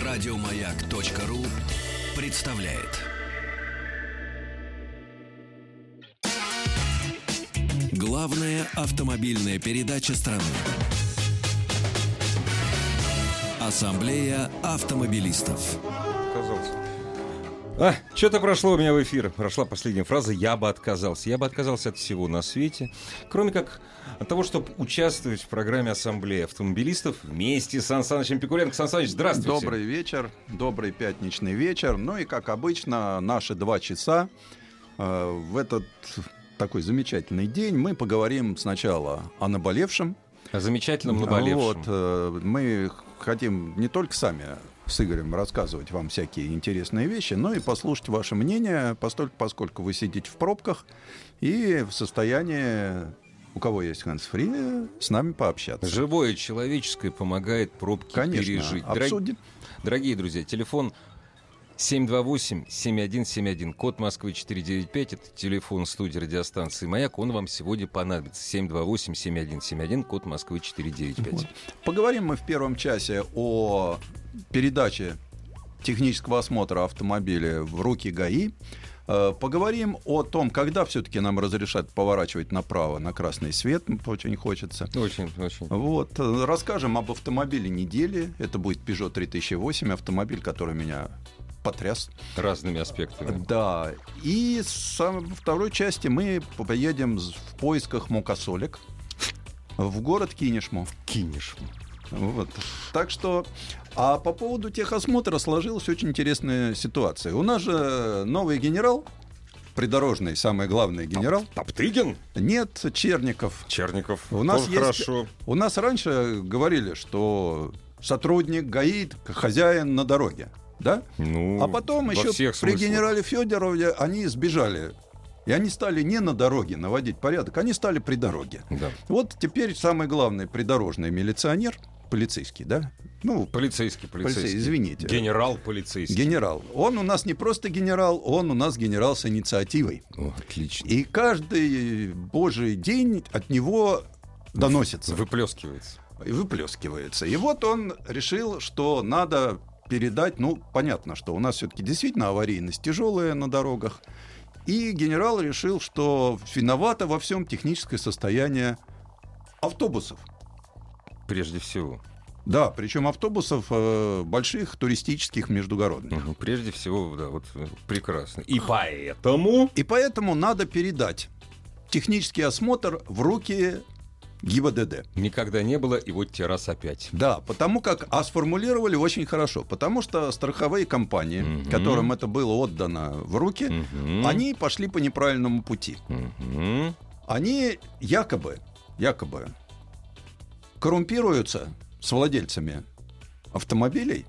Радиомаяк.ру представляет. Главная автомобильная передача страны. Ассамблея автомобилистов. Что-то прошло у меня в эфир. Прошла последняя фраза «я бы отказался». Я бы отказался от всего на свете, кроме как от того, чтобы участвовать в программе Ассамблеи автомобилистов вместе с Сан Санычем Пикуленко. Сан Саныч, здравствуйте. Добрый вечер, добрый пятничный вечер. Ну и, как обычно, наши 2 часа в этот такой замечательный день мы поговорим сначала о наболевшем. О замечательном наболевшем. Вот, мы хотим не только сами с Игорем рассказывать вам всякие интересные вещи, но и послушать ваше мнение, поскольку вы сидите в пробках и в состоянии, у кого есть hands-free, с нами пообщаться. Живое человеческое помогает пробки пережить. Обсудим. Дорогие друзья, телефон 728-7171, код Москвы 495, это телефон студии радиостанции «Маяк», он вам сегодня понадобится. 728-7171, код Москвы 495. Вот. Поговорим мы в первом часе о передаче технического осмотра автомобиля в руки ГАИ. Поговорим о том, когда все-таки нам разрешат поворачивать направо на красный свет. Очень хочется. Очень. Вот. Расскажем об автомобиле недели. Это будет Peugeot 3008, автомобиль, который меня потряс. Разными аспектами. Да. И во второй части мы поедем в поисках мукосолек в город Кинешму. Вот. Так что, а по поводу техосмотра сложилась очень интересная ситуация. У нас же новый генерал, придорожный, самый главный генерал. Топтыгин? Нет, Черников. У нас есть. Хорошо. У нас раньше говорили, что сотрудник ГАИ хозяин на дороге, да? Ну, а потом еще при генерале Федорове они сбежали. И они стали не на дороге наводить порядок, они стали при дороге. Да. Вот теперь самый главный придорожный милиционер, полицейский, да? Ну, полицейский. Извините. Генерал-полицейский. Генерал. Он у нас не просто генерал, он у нас генерал с инициативой. О, отлично. И каждый божий день от него доносится. Выплескивается. И вот он решил, что надо передать, понятно, что у нас все-таки действительно аварийность тяжелая на дорогах. И генерал решил, что виновато во всем техническое состояние автобусов. Прежде всего. Да, причем автобусов больших, туристических, междугородных. Прежде всего, да, вот прекрасно. И поэтому надо передать технический осмотр в руки ГИБДД. Никогда не было, и вот те раз опять. Да, потому как, сформулировали очень хорошо, потому что страховые компании, которым это было отдано в руки, они пошли по неправильному пути. Они якобы коррумпируются с владельцами автомобилей.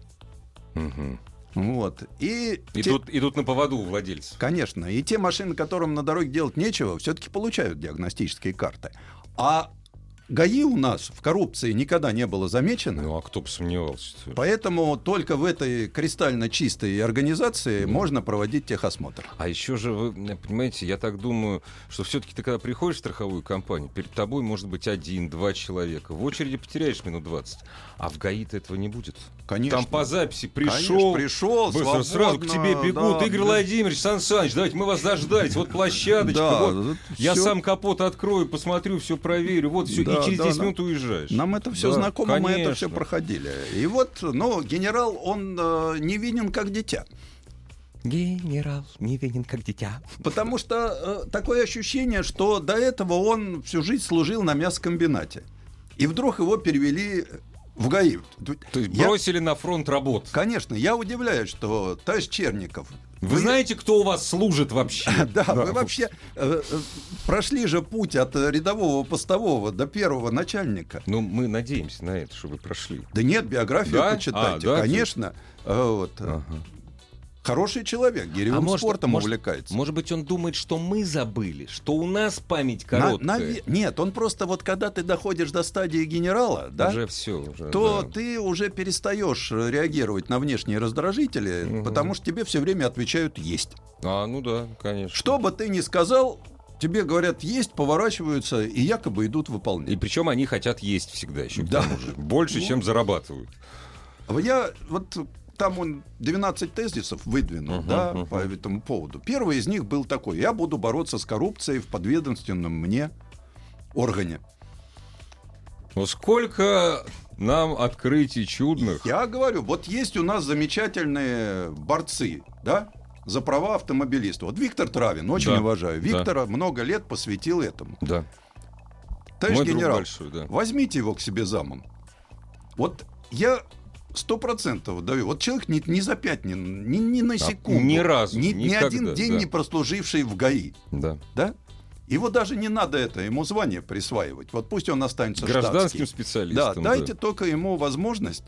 Вот. Идут на поводу у владельцев. Конечно. И те машины, которым на дороге делать нечего, все-таки получают диагностические карты. А ГАИ у нас в коррупции никогда не было замечено. А кто бы сомневался? Поэтому только в этой кристально чистой организации можно проводить техосмотр. А еще же, вы понимаете, я так думаю, что все-таки ты, когда приходишь в страховую компанию, перед тобой может быть 1-2 человека. В очереди потеряешь минут 20. А в ГАИ-то этого не будет. Конечно. Там по записи пришел свободно, сразу к тебе бегут. Да, Игорь Владимирович, Сан Саныч, давайте, мы вас дождались. Вот площадочка, да, я сам капот открою, посмотрю, все проверю. Вот все, и через 10 минут уезжаешь. Нам это все знакомо, конечно. Мы это все проходили. И вот, генерал, он невинен как дитя. Генерал невинен как дитя. Потому что такое ощущение, что до этого он всю жизнь служил на мясокомбинате. И вдруг его перевели в ГАИ. То есть бросили на фронт работ. Конечно, я удивляюсь, что товарищ Черников... Вы знаете, кто у вас служит вообще? Да, вы вообще прошли же путь от рядового постового до первого начальника. Мы надеемся на это, что вы прошли. Да нет, биографию почитайте, конечно. Хороший человек, гиревым спортом увлекается. Может быть, он думает, что мы забыли, что у нас память короткая. Нет, он просто когда ты доходишь до стадии генерала, да, уже все, то ты уже перестаешь реагировать на внешние раздражители, потому что тебе все время отвечают «есть». Да, конечно. Что бы ты ни сказал, тебе говорят «есть», поворачиваются и якобы идут выполнять. И причем они хотят есть всегда еще, к тому же. Больше, чем зарабатывают. Я там он 12 тезисов выдвинул, по этому поводу. Первый из них был такой: я буду бороться с коррупцией в подведомственном мне органе. Ну, сколько нам открытий чудных. Я говорю, вот есть у нас замечательные борцы, да, за права автомобилистов. Вот Виктор Травин, очень уважаю. Виктора много лет посвятил этому. Да. Товарищ Мой генерал, большой, да. возьмите его к себе замом. Вот я 100% даю. Вот человек ни за 5, ни на секунду. Ни разу. Ни один день не прослуживший в ГАИ. Да. Да? Его даже не надо ему звание присваивать. Вот пусть он останется гражданским штатским специалистом. Да, дайте только ему возможность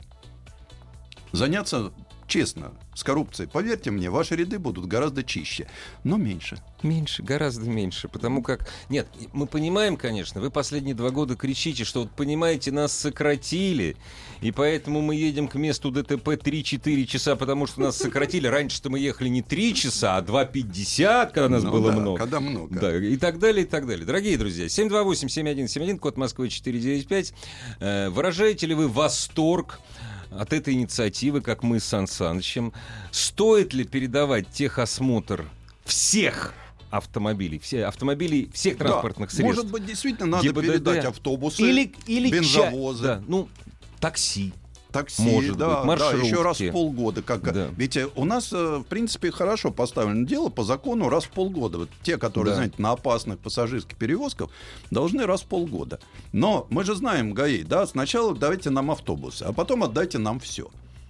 заняться честно с коррупцией. Поверьте мне, ваши ряды будут гораздо чище, но меньше. Меньше, гораздо меньше. Потому как... Нет, мы понимаем, конечно, вы последние 2 года кричите, что, вот понимаете, нас сократили, и поэтому мы едем к месту ДТП 3-4 часа, потому что нас сократили. Раньше-то мы ехали не 3 часа, а 2:50, когда нас было много. Когда много. Да, и так далее, и так далее. Дорогие друзья, 728-7171, код Москвы 495. Выражаете ли вы восторг от этой инициативы, как мы с Сан Санычем? Стоит ли передавать техосмотр всех автомобилей, всех транспортных средств? Может быть, действительно надо ГИБДД, передать автобусы, или бензовозы. Такси. Такси, может быть, маршрутки. Еще раз в полгода. Ведь у нас, в принципе, хорошо поставлено дело по закону раз в полгода. Вот те, которые, знаете, на опасных пассажирских перевозках, должны раз в полгода. Но мы же знаем, ГАИ, сначала давайте нам автобусы, а потом отдайте нам все.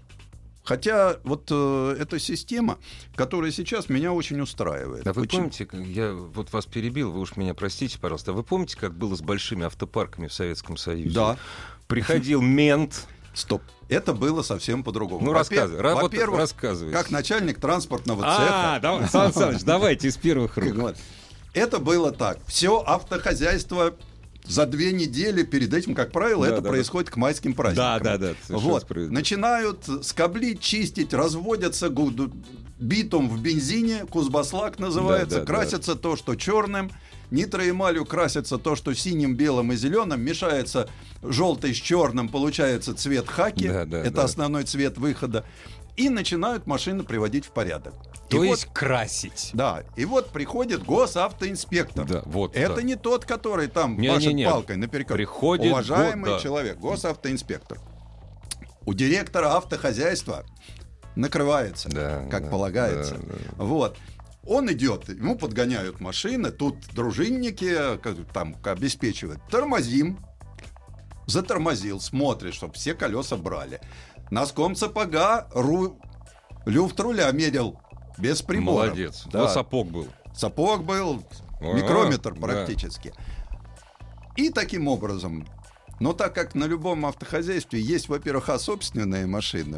Хотя вот эта система, которая сейчас меня очень устраивает. А вы помните, я вот вас перебил, вы уж меня простите, пожалуйста, вы помните, как было с большими автопарками в Советском Союзе? Да. Приходил мент. Стоп. Это было совсем по-другому. Во-первых, рассказывайте. Как начальник транспортного цеха. Сан Саныч, давайте из первых рук. Это было так. Все автохозяйство за 2 недели перед этим, как правило, это происходит к майским праздникам. Да. Начинают скоблить, чистить, разводятся битум в бензине, кузбасслак называется, красятся то, что черным, нитроэмалью красится то, что синим, белым и зеленым, мешается желтый с черным, получается цвет хаки, это основной цвет выхода, и начинают машины приводить в порядок. То есть красить. Да, и вот приходит госавтоинспектор. Это не тот, который там машет палкой наперекор. Приходит уважаемый человек, госавтоинспектор. У директора автохозяйства накрывается, как полагается. Вот. Он идет, ему подгоняют машины, тут дружинники там обеспечивают. Тормозим. Затормозил, смотрит, чтобы все колеса брали. Носком сапога люфт руля мерил без прибора. Молодец. Да. Сапог был. Сапог был, микрометр практически. И таким образом, но так как на любом автохозяйстве есть, во-первых, собственные машины,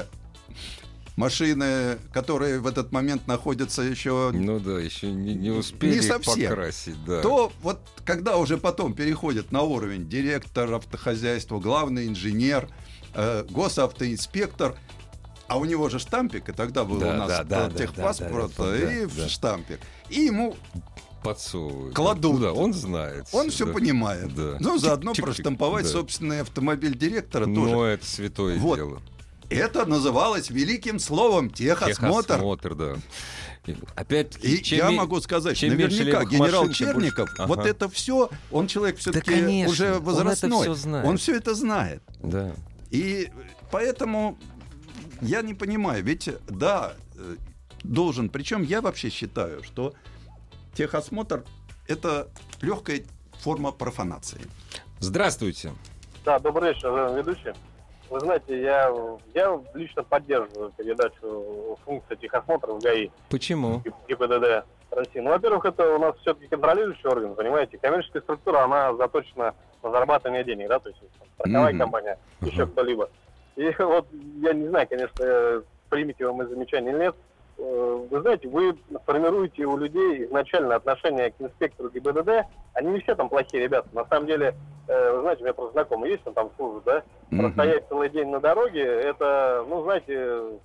машины, которые в этот момент находятся еще... еще не успели не совсем покрасить. Да. То вот когда уже потом переходит на уровень директор автохозяйства, главный инженер, госавтоинспектор, а у него же штампик, и тогда был у нас техпаспорт, штампик. И ему подсовывают. Кладут. Да, он знает. Он все понимает. Да. Заодно проштамповать собственный автомобиль директора тоже. Это святое дело. Это называлось великим словом техосмотр. Техосмотр, да. Опять, я могу сказать, наверняка генерал Черников, вот это все, он человек все-таки уже возрастной. Он все это знает. Да. И поэтому я не понимаю, ведь должен. Причем я вообще считаю, что техосмотр — это легкая форма профанации. Здравствуйте. Да, добрый вечер, ведущий. Вы знаете, я лично поддерживаю передачу функции техосмотра в ГАИ. Почему? ГИБДД России. Во-первых, это у нас все-таки контролирующий орган, понимаете. Коммерческая структура, она заточена на зарабатывание денег, да, то есть страховая компания, еще кто-либо. И вот, я не знаю, конечно, примите вы мои замечания или нет, вы знаете, вы формируете у людей изначально отношение к инспектору ГИБДД, они не все там плохие ребята. На самом деле, вы знаете, у меня просто знакомый есть, он там служит, да, простоять целый день на дороге, это, знаете,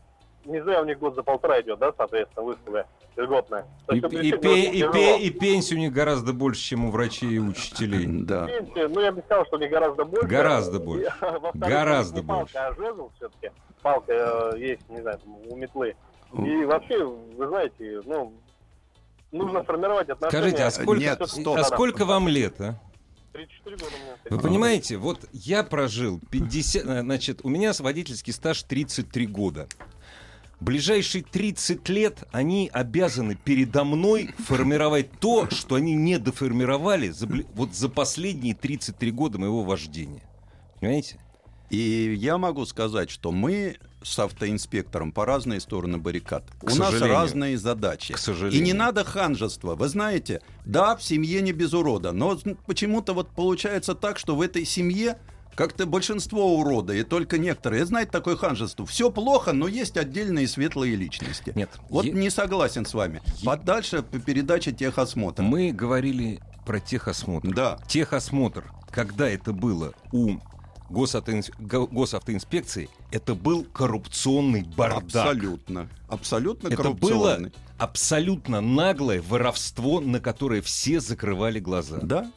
не зря у них год за полтора идет, да, соответственно, выставка льготная. И пенсия у них гораздо больше, чем у врачей и учителей. Да. Пенсия, ну, я бы сказал, что у них гораздо больше. Гораздо больше. Гораздо больше. Палка, а жезл все-таки. Палка есть, не знаю, у метлы. И вообще, вы знаете, ну, нужно формировать отношения. Скажите, сколько вам лет, а? 34 года у меня. Вы понимаете, вот я прожил 50... Значит, у меня водительский стаж 33 года. Ближайшие 30 лет они обязаны передо мной формировать то, что они не доформировали вот за последние 33 года моего вождения. Понимаете? И я могу сказать, что мы с автоинспектором по разные стороны баррикад. У нас разные задачи. К сожалению. И не надо ханжества. Вы знаете, да, в семье не без урода, но почему-то вот получается так, что в этой семье как-то большинство урода, и только некоторые. Знаете, такое ханжество. Все плохо, но есть отдельные светлые личности. Нет. Вот не согласен с вами. Подальше по передаче техосмотра. Мы говорили про техосмотр. Да. Техосмотр, когда это было у госавтоинспекции, это был коррупционный бардак. Абсолютно. Абсолютно это коррупционный. было абсолютно наглое воровство, на которое все закрывали глаза. Да.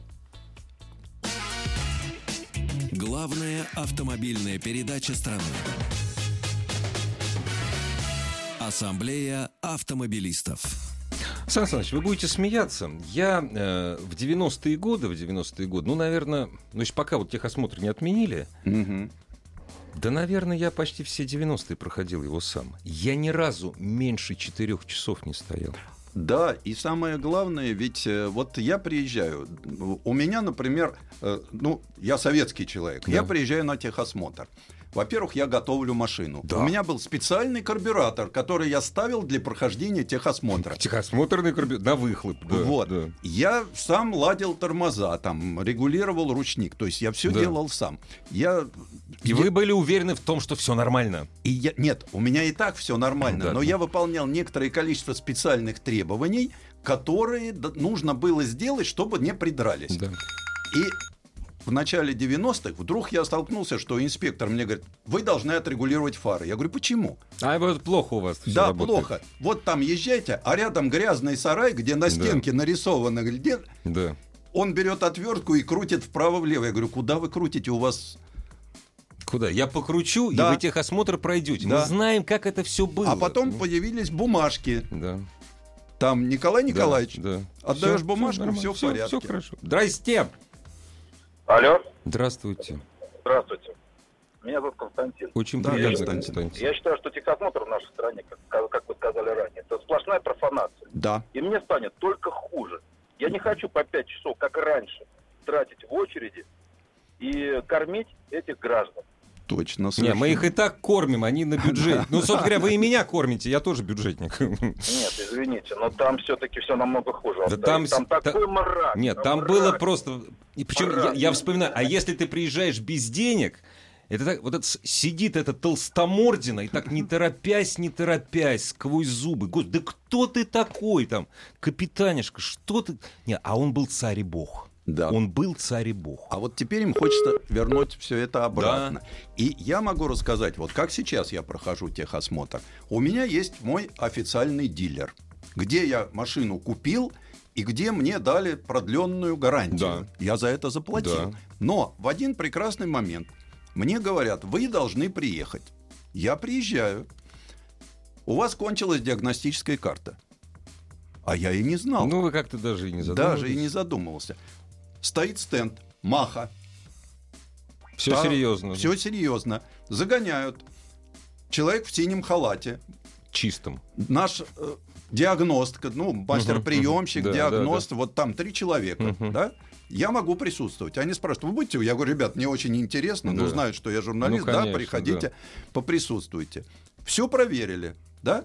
Главная автомобильная передача страны. Ассамблея автомобилистов. Сан Саныч, вы будете смеяться. Я в 90-е годы, ну, наверное, еще пока вот техосмотр не отменили, да, наверное, я почти все 90-е проходил его сам. Я ни разу меньше 4 часов не стоял. Да, и самое главное, ведь вот я приезжаю, у меня, например, я советский человек, да. Я приезжаю на техосмотр. Во-первых, я готовлю машину. Да. У меня был специальный карбюратор, который я ставил для прохождения техосмотра. Техосмотрный карбюратор на выхлоп. Да, вот. Да. Я сам ладил тормоза, регулировал ручник. То есть я все делал сам. Вы были уверены в том, что все нормально? Нет, у меня и так все нормально. Но я выполнял некоторое количество специальных требований, которые нужно было сделать, чтобы не придрались. Да. И в начале 90-х вдруг я столкнулся, что инспектор мне говорит: вы должны отрегулировать фары. Я говорю: почему? Вот плохо у вас все Да, работает. плохо. Вот там езжайте, а рядом грязный сарай, где на стенке нарисовано, где... Да. Он берет отвертку и крутит вправо-влево. Я говорю: куда вы крутите? У вас... Куда? Я покручу, и вы техосмотр пройдете. Да. Мы знаем, как это все было. А потом появились бумажки. Да. Там: Николай Николаевич, отдаешь бумажку, все в порядке. Все хорошо. Здрасте. Алло. Здравствуйте. Здравствуйте. Меня зовут Константин. Очень приятно, Константин. Я считаю, что техосмотр в нашей стране, как вы сказали ранее, это сплошная профанация. Да. И мне станет только хуже. Я не хочу по 5 часов, как раньше, тратить в очереди и кормить этих граждан. Точно. Не, мы их и так кормим, они на бюджете. Ну, собственно говоря, вы и меня кормите, я тоже бюджетник. Нет, извините, но там все-таки все намного хуже. Да там такой мрак. Нет, там было просто... И причем я вспоминаю, а если ты приезжаешь без денег, это так, вот это сидит эта толстомордина и так не торопясь, сквозь зубы. Да кто ты такой там, капитанишка, что ты... Не, а он был царь и бог. Да. Он был царь и бог. А вот теперь им хочется вернуть все это обратно. Да. И я могу рассказать, вот как сейчас я прохожу техосмотр. У меня есть мой официальный дилер, где я машину купил и где мне дали продленную гарантию. Да. Я за это заплатил. Да. Но в один прекрасный момент мне говорят: вы должны приехать. Я приезжаю. У вас кончилась диагностическая карта. А я и не знал. Ну, вы как-то даже и не задумывались. Даже и не задумывался. Стоит стенд Маха. Все серьезно. Все серьезно. Загоняют. Человек в синем халате. Чистом. Наш диагност, мастер-приемщик, диагност. Да. Вот там 3 человека. Да? Я могу присутствовать. Они спрашивают: вы будете? Я говорю: ребят, мне очень интересно. Да. Знают, что я журналист. Конечно, да, приходите, поприсутствуйте. Все проверили. Да?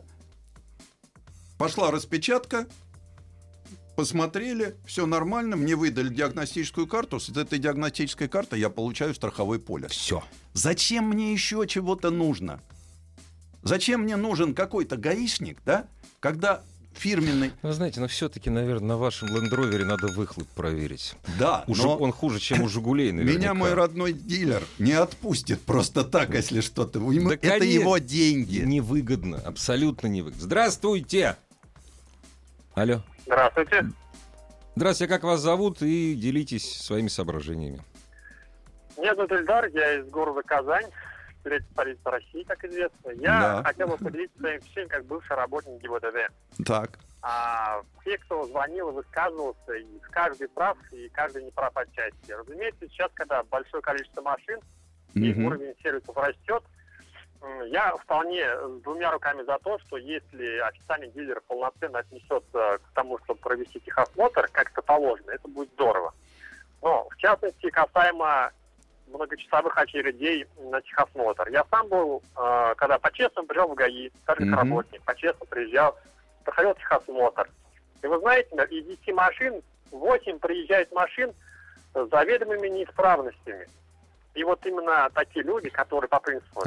Пошла распечатка. Посмотрели, все нормально, мне выдали диагностическую карту. С этой диагностической картой я получаю страховой полис. Все. Зачем мне еще чего-то нужно? Зачем мне нужен какой-то гаишник, да? Когда фирменный. Вы знаете, но все-таки, наверное, на вашем Land Rover надо выхлоп проверить. Да, но он хуже, чем у «Жигулей», наверняка. Меня мой родной дилер не отпустит просто так, если что-то. Да, это его деньги. Невыгодно, абсолютно невыгодно. Здравствуйте! Алло. Здравствуйте. Здравствуйте, как вас зовут? И делитесь своими соображениями. Меня зовут Эльдар, я из города Казань, третий столица России, как известно. Я хотел бы поделиться своим впечатлением как бывший работник ГИБДД. Так. Те, кто звонил и высказывался, и каждый прав, и каждый не прав отчасти. Разумеется, сейчас, когда большое количество машин, и уровень сервисов растет, я вполне с двумя руками за то, что если официальный дилер полноценно отнесется к тому, чтобы провести техосмотр, как это положено, это будет здорово. Но, в частности, касаемо многочасовых очередей на техосмотр. Я сам был, когда по-честному приезжал в ГАИ, работник, по-честному приезжал, проходил техосмотр. И вы знаете, из 10 машин, 8 приезжает машин с заведомыми неисправностями. И вот именно такие люди, которые по принципу...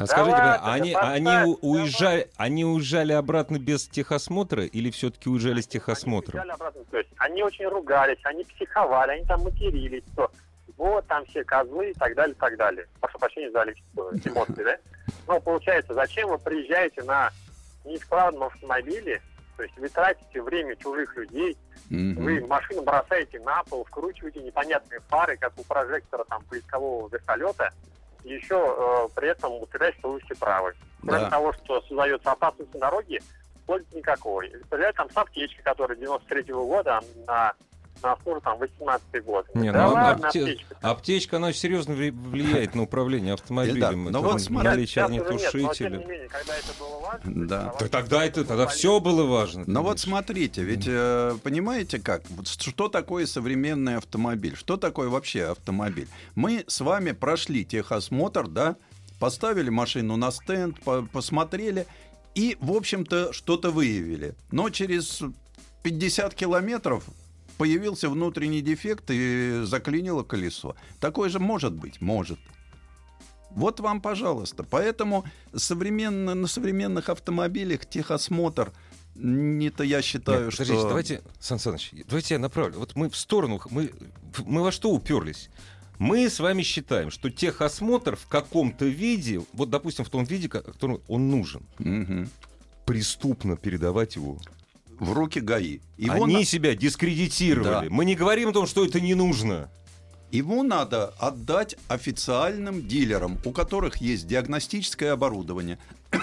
Они уезжали обратно без техосмотра или все-таки уезжали с техосмотром? Они очень ругались, они психовали, они там матерились, что вот там все козлы и так далее, и так далее. Прошу прощения за эмоции, да? Но получается, зачем вы приезжаете на неисправном автомобиле, то есть вы тратите время чужих людей, вы машину бросаете на пол, вкручиваете непонятные фары, как у прожектора там поискового вертолета, и еще при этом утверждаете, что вы все правы. Кроме того, что создается опасность на дороге, пользы никакой. Представляете, там с аптечкой, которая 93-го года на службу там 18-й год. Не, аптечка, она серьезно влияет на управление автомобилем. Но вот наличие огнетушителя. Но, тем не менее, когда это было важно... Тогда все было важно. Но вот смотрите, ведь понимаете как? Вот что такое современный автомобиль? Что такое вообще автомобиль? Мы с вами прошли техосмотр, да? Поставили машину на стенд, посмотрели и, в общем-то, что-то выявили. Но через 50 километров появился внутренний дефект и заклинило колесо. Такое же может быть? Может. Вот вам, пожалуйста. Поэтому на современных автомобилях техосмотр, я считаю, что... Подождите, давайте, Сан Саныч, давайте я направлю. Вот мы в сторону, мы во что уперлись? Мы с вами считаем, что техосмотр в каком-то виде, вот, допустим, в том виде, в котором он нужен, преступно передавать его в руки ГАИ. Они себя дискредитировали. Да. Мы не говорим о том, что это не нужно. Его надо отдать официальным дилерам, у которых есть диагностическое оборудование.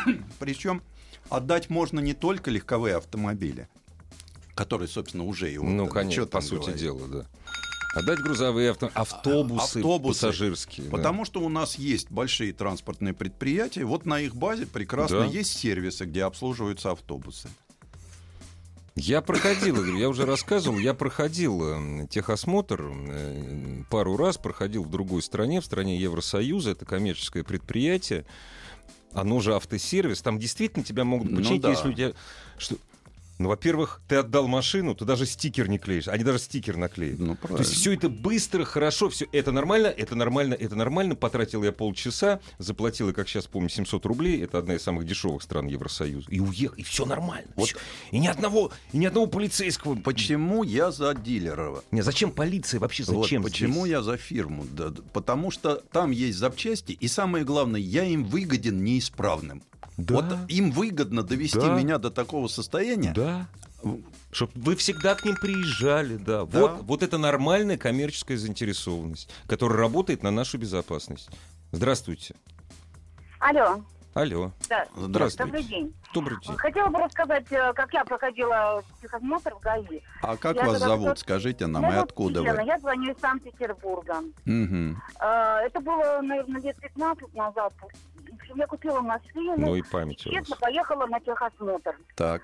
Причем отдать можно не только легковые автомобили, которые, собственно, уже его... Ну, конечно, по сути дела, да. Отдать грузовые автобусы пассажирские. Потому что у нас есть большие транспортные предприятия. Вот на их базе прекрасно есть сервисы, где обслуживаются автобусы. Я уже рассказывал, я проходил техосмотр пару раз, проходил в другой стране, в стране Евросоюза, это коммерческое предприятие, оно же автосервис, там действительно тебя могут починить, если у тебя... Ну, во-первых, ты отдал машину, ты даже стикер не клеишь. Они даже стикер наклеят. То есть все это быстро, хорошо, все это нормально, это нормально, это нормально. Потратил я полчаса, заплатил, как сейчас помню, 700 рублей. Это одна из самых дешевых стран Евросоюза. И уехал, и все нормально. Вот. Всё. И ни одного полицейского. Почему я за дилера? Не, зачем полиция вообще? Зачем почему здесь? Я за фирму? Да, потому что там есть запчасти, и самое главное, я им выгоден неисправным. Да. Вот им выгодно довести меня до такого состояния. Да. Чтобы вы всегда к ним приезжали, да. Вот это нормальная коммерческая заинтересованность, которая работает на нашу безопасность. Здравствуйте. Алло. Да. Здравствуйте. Добрый день. Добрый день. Хотела бы рассказать, как я проходила техосмотр в ГАИ. А как вас зовут? Скажите нам, и откуда вы? Я звоню из Санкт-Петербурга. Это было, наверное, лет 15 назад. Я купила машину. Ну и память у вас. Честно, поехала на техосмотр. Так.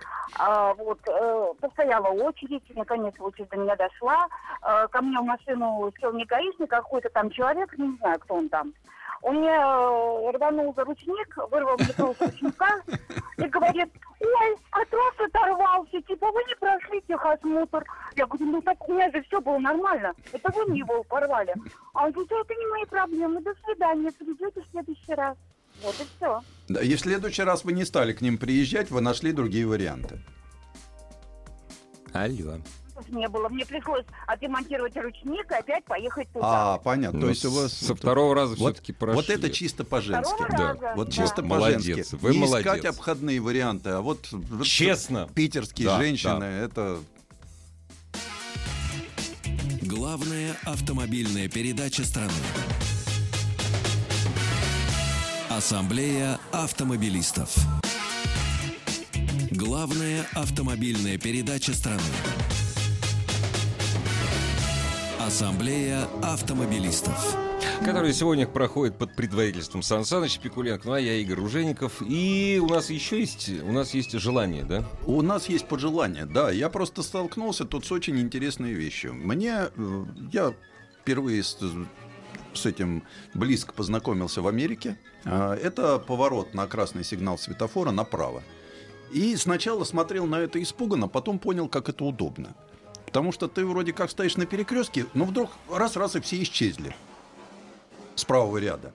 Постояла очередь, наконец очередь до меня дошла. Ко мне в машину сел не гаишник, какой-то там человек, не знаю, кто он там. Он мне рванул за ручник, вырвал мне кровь ручника и говорит: ой, а трос оторвался, типа вы не прошли техосмотр. Я говорю: ну так у меня же все было нормально, это вы мне его порвали. А он говорит: это не мои проблемы, до свидания, придете в следующий раз. Вот и все. Да, и в следующий раз вы не стали к ним приезжать, вы нашли другие варианты. Алло. Не было. Мне пришлось отремонтировать ручник и опять поехать туда. Понятно. То есть у вас со второго раза все-таки прошли. Вот это чисто по-женски. Да. Вот чисто Молодец. по-женски. Вы не молодец. искать обходные варианты, а вот честно. Питерские женщины, это... Главная автомобильная передача страны. Ассамблея автомобилистов. Главная автомобильная передача страны. Ассамблея автомобилистов. Которая сегодня проходит под предводительством Сан Саныча Пикуленко, ну а я Игорь Ужеников. И у нас есть желание, да? У нас есть пожелание, да. Я просто столкнулся тут с очень интересной вещью. Я впервые с этим близко познакомился в Америке. Это поворот на красный сигнал светофора направо. И сначала смотрел на это испуганно, потом понял, как это удобно. Потому что ты вроде как стоишь на перекрестке, но вдруг раз и все исчезли с правого ряда.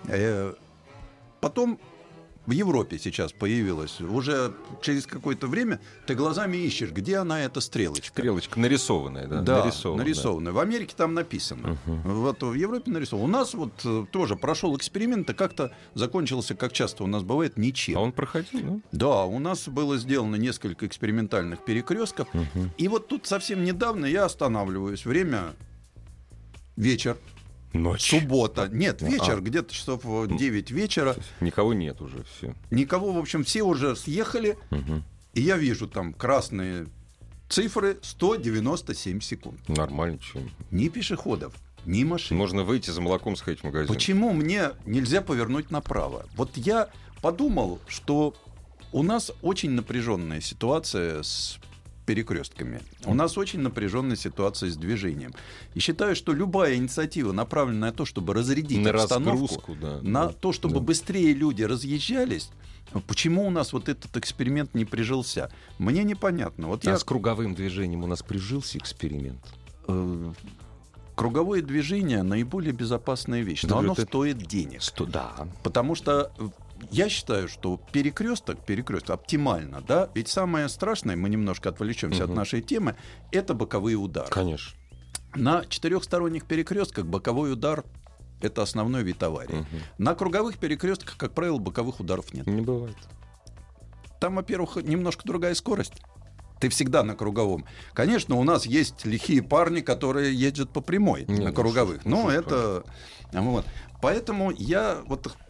Потом в Европе сейчас появилась. Уже через какое-то время ты глазами ищешь, где она, эта стрелочка. Стрелочка нарисованная, да? Да, нарисованная. В Америке там написано. Вот в Европе нарисовано. У нас вот тоже прошел эксперимент, и как-то закончился, как часто у нас бывает, ничем. А он проходил, да? Да, у нас было сделано несколько экспериментальных перекрестков. И вот тут совсем недавно я останавливаюсь. Время вечер. Ночь. Суббота. Нет, вечер, где-то часов 9 вечера. Никого нет уже, все. Никого, в общем, все уже съехали. И я вижу там красные цифры 197 секунд. Нормально, что. Ни пешеходов, ни машин. Можно выйти за молоком сходить в магазин. Почему мне нельзя повернуть направо? Вот я подумал, что у нас очень напряженная ситуация с перекрестками. У нас очень напряженная ситуация с движением. И считаю, что любая инициатива, направленная на то, чтобы разрядить на обстановку, на то, чтобы да. быстрее люди разъезжались, почему у нас вот этот эксперимент не прижился? Мне непонятно. Вот с круговым движением у нас прижился эксперимент? Круговое движение — наиболее безопасная вещь, но оно стоит денег. Да. Потому что я считаю, что перекресток оптимально, да? Ведь самое страшное, мы немножко отвлечемся от нашей темы, это боковые удары. Конечно. На четырехсторонних перекрестках боковой удар — это основной вид аварии. На круговых перекрестках, как правило, боковых ударов нет. Не бывает. Там, во-первых, немножко другая скорость. Ты всегда на круговом. Конечно, у нас есть лихие парни, которые ездят по прямой на круговых. Но это... Вот. Поэтому я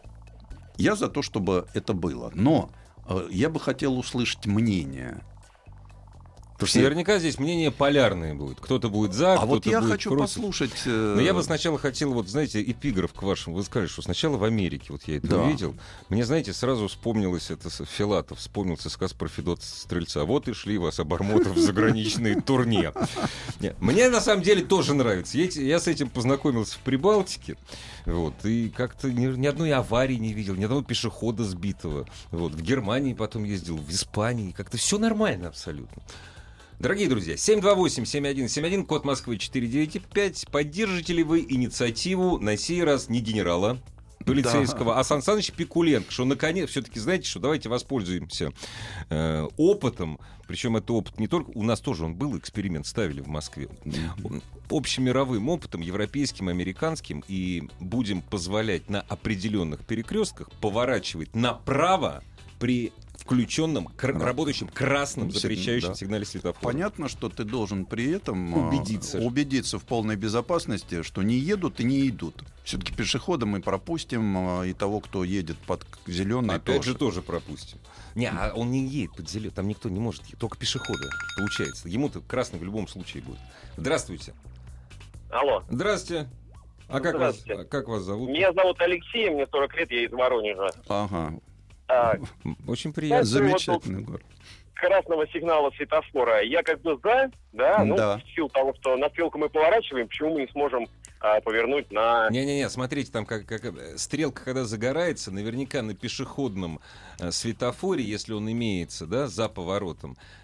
за то, чтобы это было. Но я бы хотел услышать мнение. Потому что наверняка здесь мнение полярное будет. Кто-то будет за, кто-то будет против. А вот я хочу послушать... Но я бы сначала хотел, знаете, эпиграф к вашему. Вы сказали, что сначала в Америке, вот я это увидел. Мне, знаете, сразу вспомнилось это Филатов, вспомнился сказ про Федота Стрельца. Вот и шли вас, обормотов, в заграничные турне. Мне, на самом деле, тоже нравится. Я с этим познакомился в Прибалтике. Вот, и как-то ни одной аварии не видел, ни одного пешехода сбитого. Вот, в Германии потом ездил, в Испании. Как-то все нормально абсолютно. Дорогие друзья, 728-7171, код Москвы 495. Поддержите ли вы инициативу, на сей раз не генерала полицейского, а Сан Саныча Пикуленко, что наконец, все-таки знаете, что давайте воспользуемся опытом, причем это опыт не только, у нас тоже он был, эксперимент ставили в Москве, общемировым опытом, европейским, американским, и будем позволять на определенных перекрестках поворачивать направо при включенном, работающем красном запрещающем сигнале светофора. Понятно, что ты должен при этом убедиться в полной безопасности, что не едут и не идут. Все-таки пешехода мы пропустим, и того, кто едет под зеленый, опять же тоже пропустим. Не, а он не едет под зеленый, там никто не может, только пешеходы, получается. Ему-то красный в любом случае будет. Здравствуйте. Алло. Здравствуйте. А как вас зовут? Меня зовут Алексей, мне 40 лет, я из Воронежа. Ага. Очень приятно. Замечательный город. Красного сигнала светофора. Я как бы за, в силу того, что на стрелку мы поворачиваем, почему мы не сможем повернуть на... Не-не-не, смотрите, там как стрелка, когда загорается, наверняка на пешеходном светофоре, если он имеется, да, за поворотом,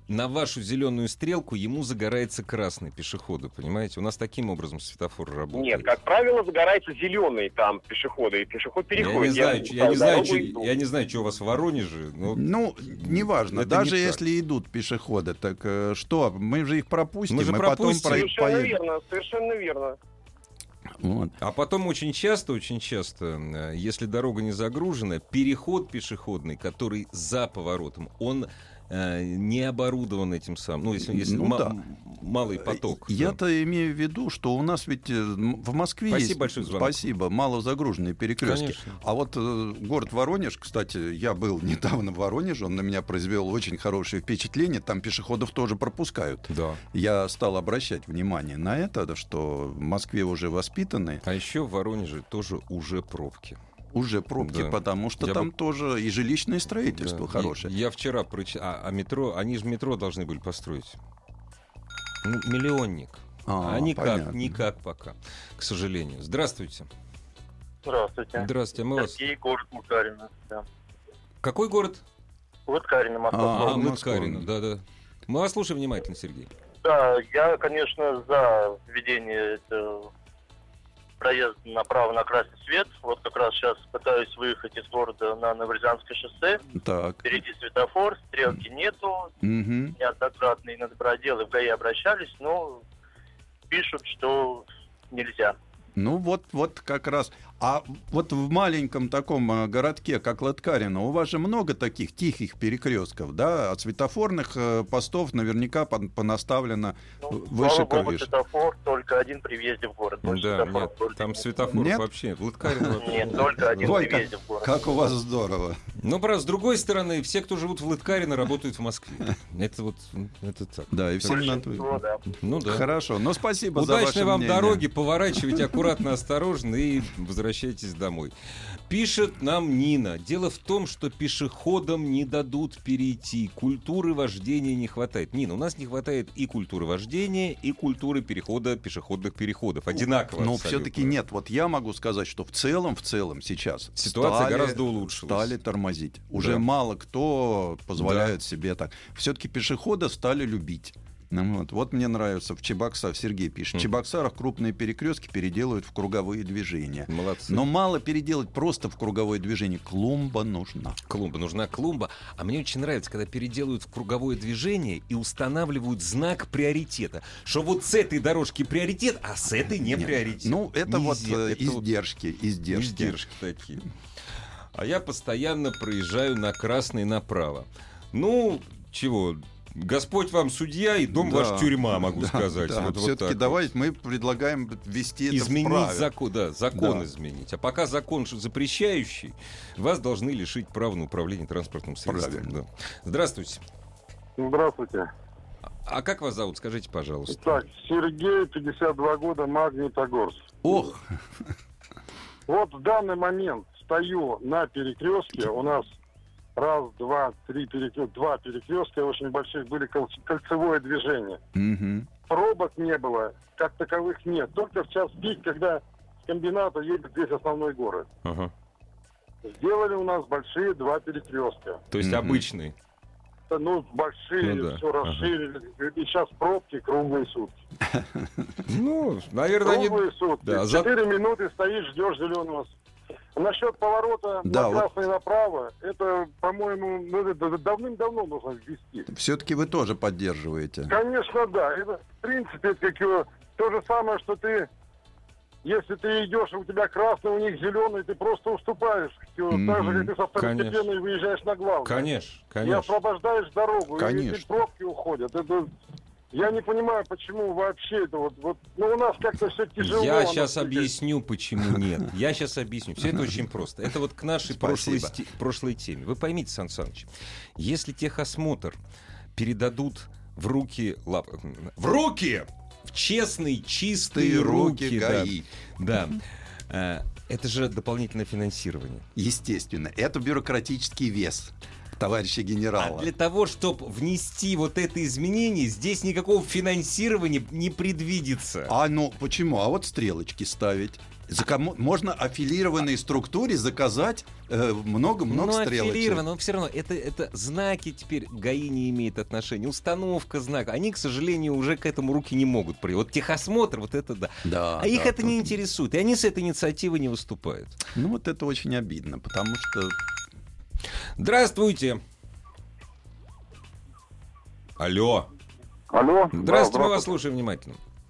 на вашу зеленую стрелку ему загорается красный пешеходу, понимаете? У нас таким образом светофор работает. Нет, как правило, загорается зеленый там пешеходы, и пешеход переходит. Я не знаю, что у вас в Воронеже. Ну, неважно. Даже если идут пешеходы, так что? Мы же их пропустим. Мы же пропустим. Потом Совершенно верно. Вот. А потом очень часто, если дорога не загружена, переход пешеходный, который за поворотом, он не оборудован этим самым. Ну, если малый поток. Я-то имею в виду, что у нас ведь в Москве Спасибо большое, звонок. Спасибо, малозагруженные перекрестки. Конечно. А вот город Воронеж, кстати, я был недавно в Воронеже, он на меня произвел очень хорошее впечатление. Там пешеходов тоже пропускают. Да. Я стал обращать внимание на это, что в Москве уже воспитаны. А еще в Воронеже тоже уже пробки. Уже пробки, Да. потому что там тоже и жилищное строительство хорошее. Я вчера прочитал, метро, они же метро должны были построить. Ну, миллионник. Никак пока, к сожалению. Здравствуйте. Здравствуйте. Здравствуйте, мы вас... Сергей, город Лыткарино. Да. Какой город? Лыткарино, Москва. Лыткарино, да. Мы вас слушаем внимательно, Сергей. Да, я, конечно, за введение проезд направо на красный свет. Вот как раз сейчас пытаюсь выехать из города на Новорязанское шоссе. Так. Впереди светофор, стрелки нету. Неоднократно и на доброделы в ГАИ обращались, но пишут, что нельзя. Ну вот как раз. А вот в маленьком таком городке, как Лыткарино, у вас же много таких тихих перекрестков, да? От светофорных постов наверняка понаставлено выше крыши. Светофор только один при въезде в город. Там светофоров вообще. В Лыткарино. Нет, только один при въезде в город. Как у вас здорово. Ну, правда, с другой стороны, все, кто живут в Лыткарино, работают в Москве. Это так. Да, и всем надо. Ну да. Хорошо, ну спасибо за ваше мнение. Удачной вам дороги, поворачивайте аккуратно, осторожно и возвращайтесь домой. Пишет нам Нина. Дело в том, что пешеходам не дадут перейти. Культуры вождения не хватает. Нина, у нас не хватает и культуры вождения, и культуры перехода пешеходных переходов. Одинаково. Но все-таки нет. Вот я могу сказать, что в целом сейчас ситуация гораздо улучшилась. Стали тормозить. Уже мало кто позволяет себе так. Все-таки пешехода стали любить. Вот мне нравится в Чебоксарах, Сергей пишет, в Чебоксарах крупные перекрестки переделывают в круговые движения. Молодцы. Но мало переделать просто в круговое движение. Клумба нужна. Клумба. А мне очень нравится, когда переделывают в круговое движение и устанавливают знак приоритета. Что вот с этой дорожки приоритет, а с этой не приоритет. Ну, это издержки. Издержки такие. А я постоянно проезжаю на красный направо. Ну, чего... Господь вам судья, и дом ваш тюрьма, могу сказать. Да. Все-таки давайте мы предлагаем ввести это изменить в праве. закон изменить. А пока закон запрещающий, вас должны лишить права на управление транспортным средством. Да. Здравствуйте. Здравствуйте. А как вас зовут? Скажите, пожалуйста. Так, Сергей, 52 года, Магнитогорск. Ох! Вот в данный момент стою на перекрестке. У нас два перекрестка очень больших, были кольцевое движение. Пробок не было, как таковых нет. Только в час пик, когда с комбината едет весь основной город. Сделали у нас большие два перекрестка. То есть обычные? Ну, большие, все расширили. И сейчас пробки круглые сутки. Ну, наверное, круглые сутки. 4 минуты стоишь, ждешь зеленого света. Насчет поворота на красный направо, это, по-моему, давным-давно нужно ввести. Все-таки вы тоже поддерживаете? Конечно, да. Это, в принципе, это то же самое, что ты, если ты идешь, у тебя красный, у них зеленый, ты просто уступаешь. Так же, как ты со второстепенной выезжаешь на главную. Конечно. И освобождаешь дорогу. Конечно. И эти пробки уходят. Это... Я не понимаю, почему вообще это вот. Ну, у нас как-то все тяжело. Я сейчас объясню, почему нет. Все это очень просто. Это вот к нашей прошлой теме. Вы поймите, Сан Саныч, если техосмотр передадут в руки... В честные, чистые руки ГАИ. Да. Это же дополнительное финансирование. Естественно. Это бюрократический вес. Товарища генерала. А для того, чтобы внести вот это изменение, здесь никакого финансирования не предвидится. Ну почему? А вот стрелочки ставить. Можно аффилированной структуре заказать много-много стрелочек. Аффилировано, но все равно это знаки теперь ГАИ не имеет отношения. Установка знака. Они, к сожалению, уже к этому руки не могут приложить. Вот техосмотр, вот это да. А их это не интересует. И они с этой инициативой не выступают. Ну вот это очень обидно, потому что... Здравствуйте. Алло. Алло. Здравствуйте, мы вас слушаем внимательно.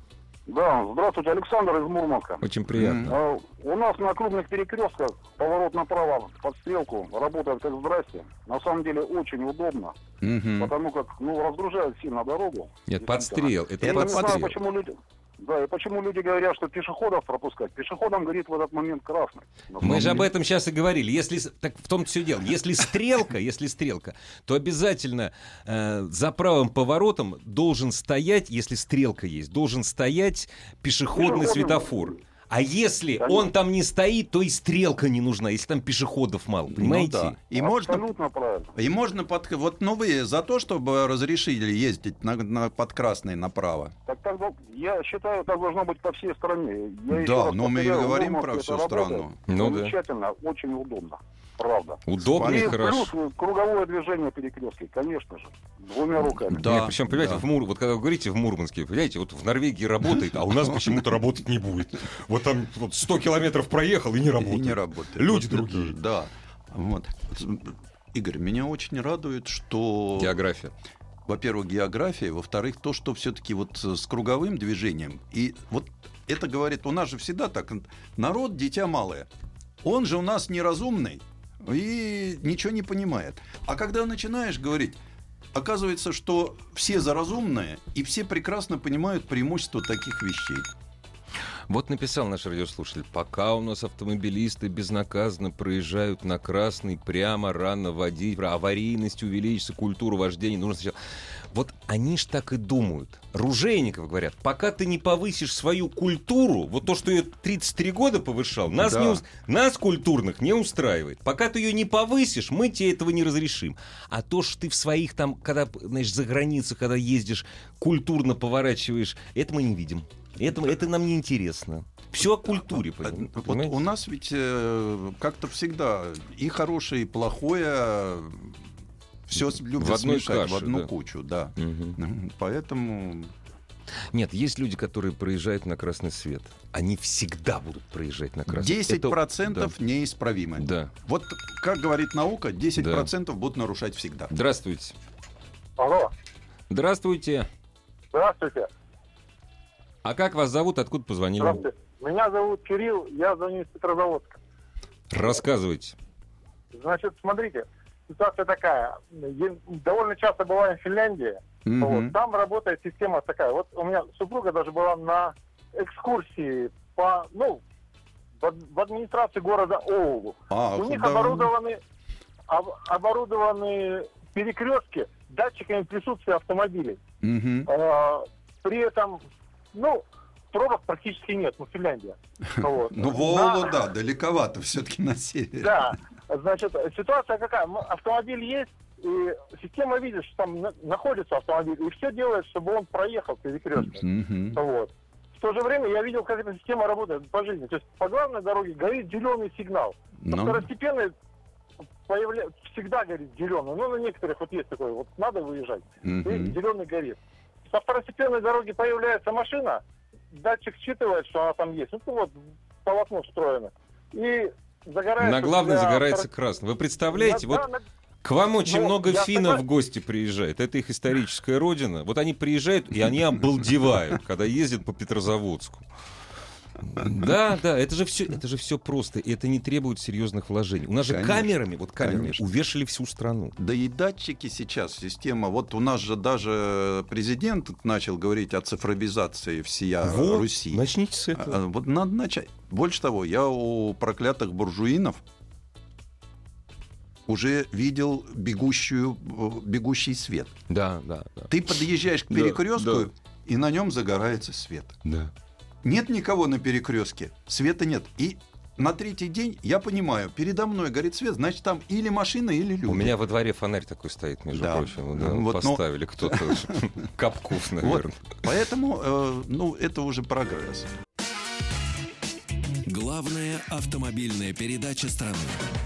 Да, здравствуйте, Александр из Мурманска. Очень приятно. У нас на крупных перекрестках поворот направо под стрелку работает как здрасте. На самом деле очень удобно, потому как разгружают сильно дорогу. Нет, подстрел. Это подстрел. подстрел. Не знаю, почему люди... Да, и почему люди говорят, что пешеходов пропускать? Пешеходам горит в этот момент красный. Мы же об этом сейчас и говорили. Так в том-то все дело. Если стрелка, то обязательно за правым поворотом должен стоять, если стрелка есть, должен стоять пешеходный светофор. А если он там не стоит, то и стрелка не нужна, если там пешеходов мало, понимаете? Ну, да. Абсолютно правильно. И можно вы за то, чтобы разрешили ездить под красный направо? Так, я считаю, так должно быть по всей стране. Да, но мы и говорим про всю страну. Замечательно, очень удобно. Правда. Удобно и хорошо. Плюс круговое движение перекрестки, конечно же. Двумя руками. Да. Нет, причем, понимаете, вот когда вы говорите в Мурманске, понимаете, вот в Норвегии работает, а у нас почему-то работать не будет. Вот там 100 километров проехал и не работает. И не работает. Люди другие. Да. Вот. Игорь, меня очень радует, что... География. Во-первых, география, во-вторых, то, что все-таки вот с круговым движением. И вот это говорит, у нас же всегда так, народ дитя малое. Он же у нас неразумный и ничего не понимает. А когда начинаешь говорить, оказывается, что все за разумное, и все прекрасно понимают преимущество таких вещей. Вот написал наш радиослушатель: пока у нас автомобилисты безнаказанно проезжают на красный, прямо рано водить, аварийность увеличится, культуру вождения нужно сначала. Вот они ж так и думают. Ружейников говорят, пока ты не повысишь свою культуру, вот то, что я 33 года повышал, нас культурных не устраивает. Пока ты ее не повысишь, мы тебе этого не разрешим. А то, что ты в своих там, когда, знаешь, за границей, когда ездишь, культурно поворачиваешь, это мы не видим. Это нам не интересно. Все о культуре, понимаете? Вот у нас ведь как-то всегда и хорошее, и плохое все любят смешать в одну кучу, да. Поэтому... Нет, есть люди, которые проезжают на красный свет. Они всегда будут проезжать на красный свет. 10% неисправимы. Да. Вот, как говорит наука, 10% будут нарушать всегда. Здравствуйте. Алло. Здравствуйте. Здравствуйте. А как вас зовут? Откуда позвонили? Здравствуйте. Меня зовут Кирилл, я звоню из Петрозаводска. Рассказывайте. Значит, смотрите, ситуация такая. Довольно часто бываем в Финляндии. Вот, там работает система такая. Вот у меня супруга даже была на экскурсии в администрации города Оулу. У них оборудованы перекрестки датчиками присутствия автомобилей. При этом, пробок практически нет, Финляндия. Вот. В Оулу, да, далековато все-таки на севере. Да, значит, ситуация какая? Автомобиль есть, и система видит, что там находится автомобиль, и все делает, чтобы он проехал перекресток. Вот. В то же время я видел, как эта система работает по жизни. То есть по главной дороге горит зеленый сигнал. Второстепенный всегда горит зеленый. На некоторых вот есть такой, вот надо выезжать, и зеленый горит. Со второстепенной дороги появляется машина, датчик считывает, что она там есть. Полотно встроено. И загорается... На главной загорается красный. Вы представляете, к вам очень много финнов в гости приезжает. Это их историческая родина. Вот они приезжают, и они обалдевают, когда ездят по Петрозаводску. Да, это же все просто. И это не требует серьезных вложений. У нас же камерами увешали всю страну. Да и датчики сейчас, система. Вот у нас же даже президент начал говорить о цифровизации всея Руси. Начните с этого. Вот надо начать. Больше того, я у проклятых буржуинов уже видел бегущий свет. Да. Ты подъезжаешь к перекрестку, и на нем загорается свет. Да. Нет никого на перекрестке, света нет. И на третий день я понимаю, передо мной горит свет, значит, там или машина, или люди. У меня во дворе фонарь такой стоит, между прочим. Поставили кто-то. Капков, наверное. Поэтому, это уже прогресс. Главная автомобильная передача страны.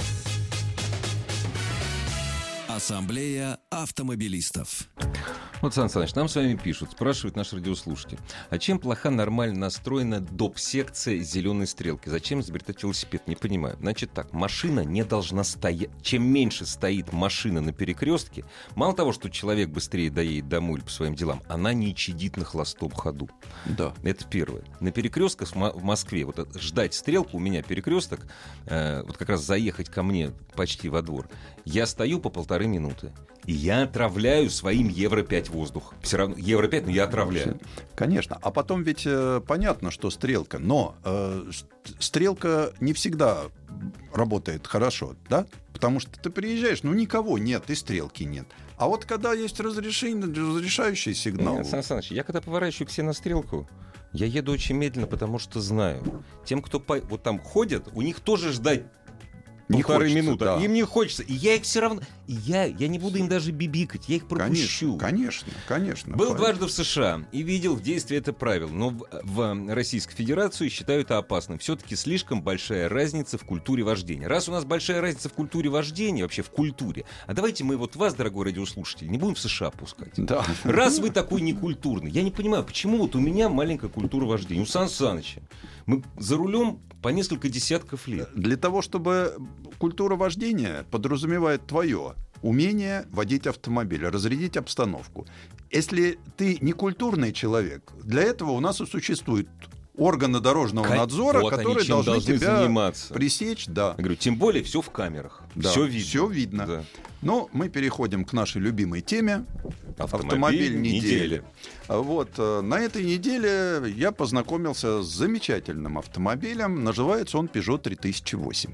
Ассамблея автомобилистов. Вот, Сан Саныч, нам с вами пишут, спрашивают наши радиослушатели. А чем плоха нормально настроена доп-секция зеленой стрелки? Зачем изобретать велосипед? Не понимаю. Значит так, машина не должна стоять. Чем меньше стоит машина на перекрестке, мало того, что человек быстрее доедет домой или по своим делам, она не чадит на холостом ходу. Да. Это первое. На перекрестках в Москве, вот ждать стрелку, у меня перекресток, вот как раз заехать ко мне почти во двор, я стою по 1,5 минуты. И я отравляю своим Евро-5 воздух. Все равно Евро-5, но я отравляю. Конечно. А потом ведь понятно, что стрелка. Но стрелка не всегда работает хорошо, да? Потому что ты приезжаешь, никого нет, и стрелки нет. А вот когда есть разрешающий сигнал... Нет, Сан Саныч, я когда поворачиваю к себе на стрелку, я еду очень медленно, потому что знаю. Тем, кто вот там ходят, у них тоже ждать 1,5 минуты. Да. Им не хочется. И я их все равно... Я не буду им даже бибикать, я их пропущу. Конечно. Был дважды в США и видел в действии это правило. Но в Российской Федерации считают это опасным. Все-таки слишком большая разница в культуре вождения. Раз у нас большая разница в культуре вождения, вообще в культуре, а давайте мы вот вас, дорогой радиослушатель, не будем в США пускать. Да. Раз вы такой некультурный. Я не понимаю, почему вот у меня маленькая культура вождения. У Сан Саныча. Мы за рулем по несколько десятков лет. Для того, чтобы культура вождения подразумевает твое умение водить автомобиль, разрядить обстановку. Если ты не культурный человек, для этого у нас и существуют органы дорожного надзора, вот которые должны тебя заниматься. Пресечь. Да. Я говорю, тем более все в камерах. Да, все видно. Все видно. Да. Но мы переходим к нашей любимой теме «Автомобиль недели». Вот, на этой неделе я познакомился с замечательным автомобилем. Называется он Peugeot 3008.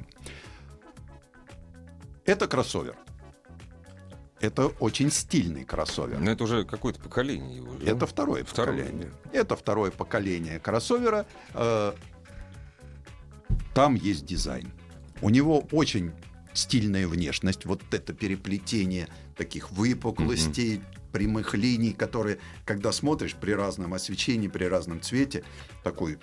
Это кроссовер. Это очень стильный кроссовер. Но это уже какое-то поколение его. Да? Это второе поколение. Это второе поколение кроссовера. Там есть дизайн. У него очень стильная внешность. Вот это переплетение таких выпуклостей, прямых линий, которые, когда смотришь при разном освещении, при разном цвете, такой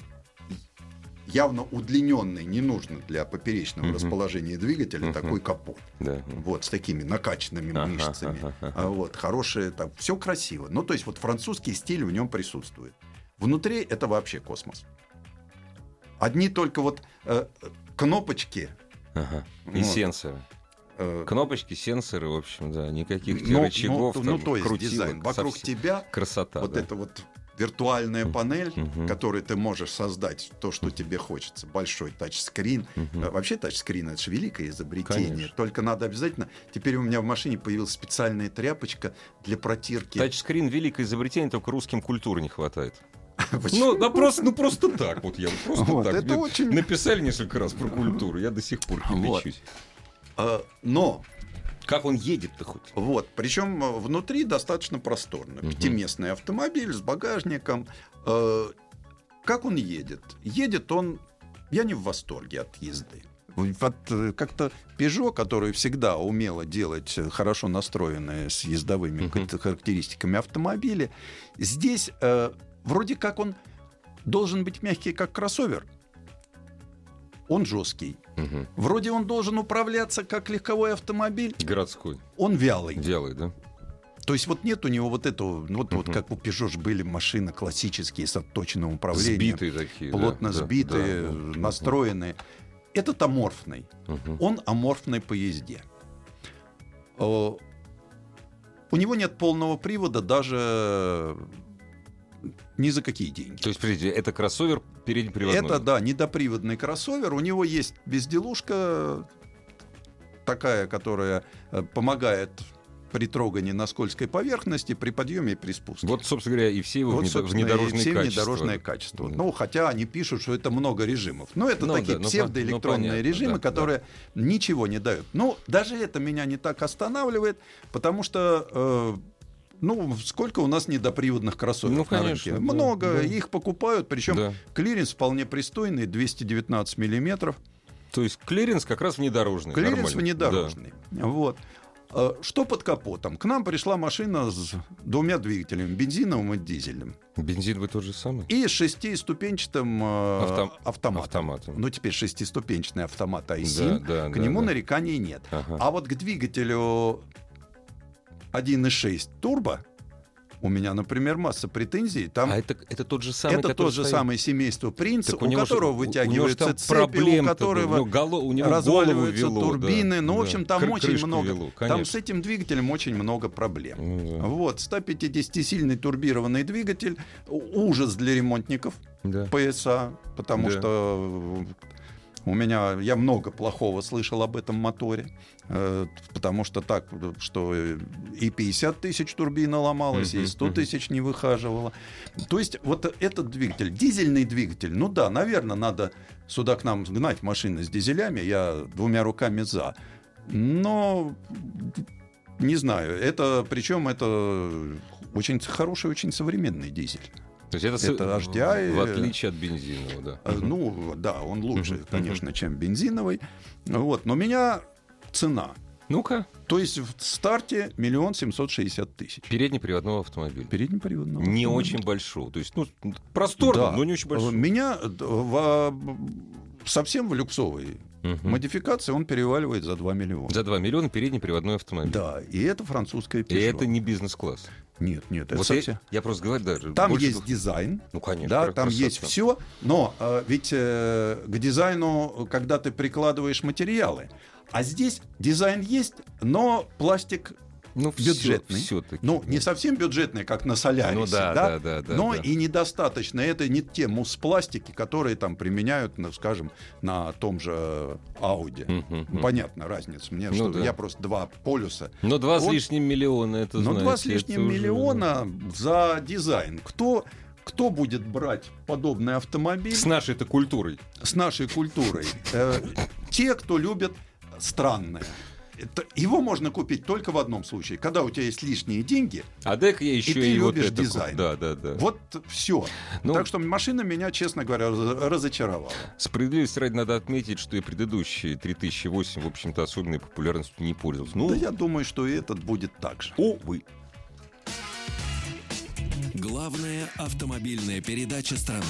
явно удлиненный, не нужно для поперечного расположения двигателя, такой капот. Да. Вот, с такими накачанными мышцами. Вот, хорошее, там, все красиво. Ну, то есть, вот французский стиль в нем присутствует. Внутри это вообще космос. Одни только вот кнопочки. И сенсоры. Кнопочки, сенсоры, в общем, да, никаких рычагов, то есть дизайн. Вокруг тебя красота. Вот это вот виртуальная панель, которой ты можешь создать то, что тебе хочется. Большой тачскрин. Вообще тачскрин — это же великое изобретение. Конечно. Только надо обязательно... Теперь у меня в машине появилась специальная тряпочка для протирки. Тачскрин — великое изобретение, только русским культуры не хватает. Просто так. Вот я просто так. Написали несколько раз про культуру, я до сих пор кипячусь. Но... Как он едет-то хоть? Вот. Причем внутри достаточно просторно. Пятиместный автомобиль с багажником. Как он едет? Едет он... Я не в восторге от езды. Вот как-то Peugeot, которая всегда умела делать хорошо настроенные с ездовыми характеристиками автомобили, здесь вроде как он должен быть мягкий, как кроссовер. Он жесткий. Вроде он должен управляться как легковой автомобиль. Городской. Он вялый. Вялый, да? То есть вот нет у него вот этого... Вот как у Peugeot были машины классические с отточенным управлением. Сбитые такие. Плотно сбитые, настроенные. Этот аморфный. Он аморфный по езде. У него нет полного привода даже... Ни за какие деньги. То есть, подождите, это кроссовер переднеприводной? Это, да, недоприводный кроссовер. У него есть безделушка такая, которая помогает при трогании на скользкой поверхности, при подъеме и при спуске. Вот, собственно говоря, и все его внедорожные качества. Ну, хотя они пишут, что это много режимов. Но это такие псевдоэлектронные режимы, которые ничего не дают. Ну, даже это меня не так останавливает, потому что... сколько у нас недоприводных кроссоверов на рынке? Много. Их покупают, причем клиренс вполне пристойный, 219 миллиметров. То есть клиренс как раз внедорожный. Клиренс внедорожный. Вот. Что под капотом? К нам пришла машина с 2 двигателями, бензиновым и дизельным. Бензиновый тот же самый? И 6-ступенчатым автоматом. Ну, теперь 6-ступенчатый автомат i7. К нему нареканий нет. А вот к двигателю 1.6 турбо у меня, например, масса претензий. Там это тот же самый, это тот же самое семейство «Принц», у которого вытягиваются цепи, у которого разваливаются турбины. Ну, в общем, там очень много. Там с этим двигателем очень много проблем. Вот, 150-сильный турбированный двигатель. Ужас для ремонтников ПСА, потому что... Я много плохого слышал об этом моторе, потому что так, что и 50 тысяч турбина ломалась, и 100 тысяч не выхаживала. То есть вот этот двигатель, дизельный двигатель, ну да, наверное, надо сюда к нам гнать машины с дизелями, я 2 руками за. Но не знаю, причем это очень хороший, очень современный дизель. То есть это HDI, в отличие от бензинового, да? Ну, да, он лучше, конечно, чем бензиновый. Вот. Но у меня цена. Ну-ка. То есть в старте 1 760 000. Переднеприводного автомобиля. Переднеприводного не автомобиля. Очень большого. То есть, просторно, но не очень большого. Меня совсем в люксовой модификации он переваливает за 2 миллиона. За 2 миллиона переднеприводной автомобиль. Да, и это французская Peugeot. И это не бизнес-класс. Нет, это вот совсем... Я просто говорю, даже там есть дизайн, ну, конечно, да, там есть все, но ведь к дизайну, когда ты прикладываешь материалы, а здесь дизайн есть, но пластик бюджетный. Ну, не совсем бюджетный, как на Солярисе, но и недостаточно. Это не те муспластики, которые там применяют, скажем, на том же Audi. Понятно, разница. Я просто 2 полюса. Но 2 с лишним миллиона, это знаете. 2 с лишним миллиона за дизайн. Кто будет брать подобный автомобиль? С нашей-то культурой. С нашей культурой. Те, кто любит странное. Его можно купить только в одном случае, когда у тебя есть лишние деньги, а дай-ка я еще и ты любишь дизайн. Да. Вот все. Так что машина меня, честно говоря, разочаровала. Справедливости ради надо отметить, что и предыдущие 3008, в общем-то, особенной популярностью не пользовался. Да, я думаю, что и этот будет так же. Увы. Главная автомобильная передача страны.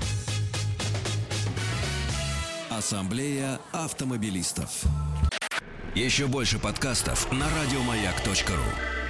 Ассамблея автомобилистов. Еще больше подкастов на радиомаяк.ру.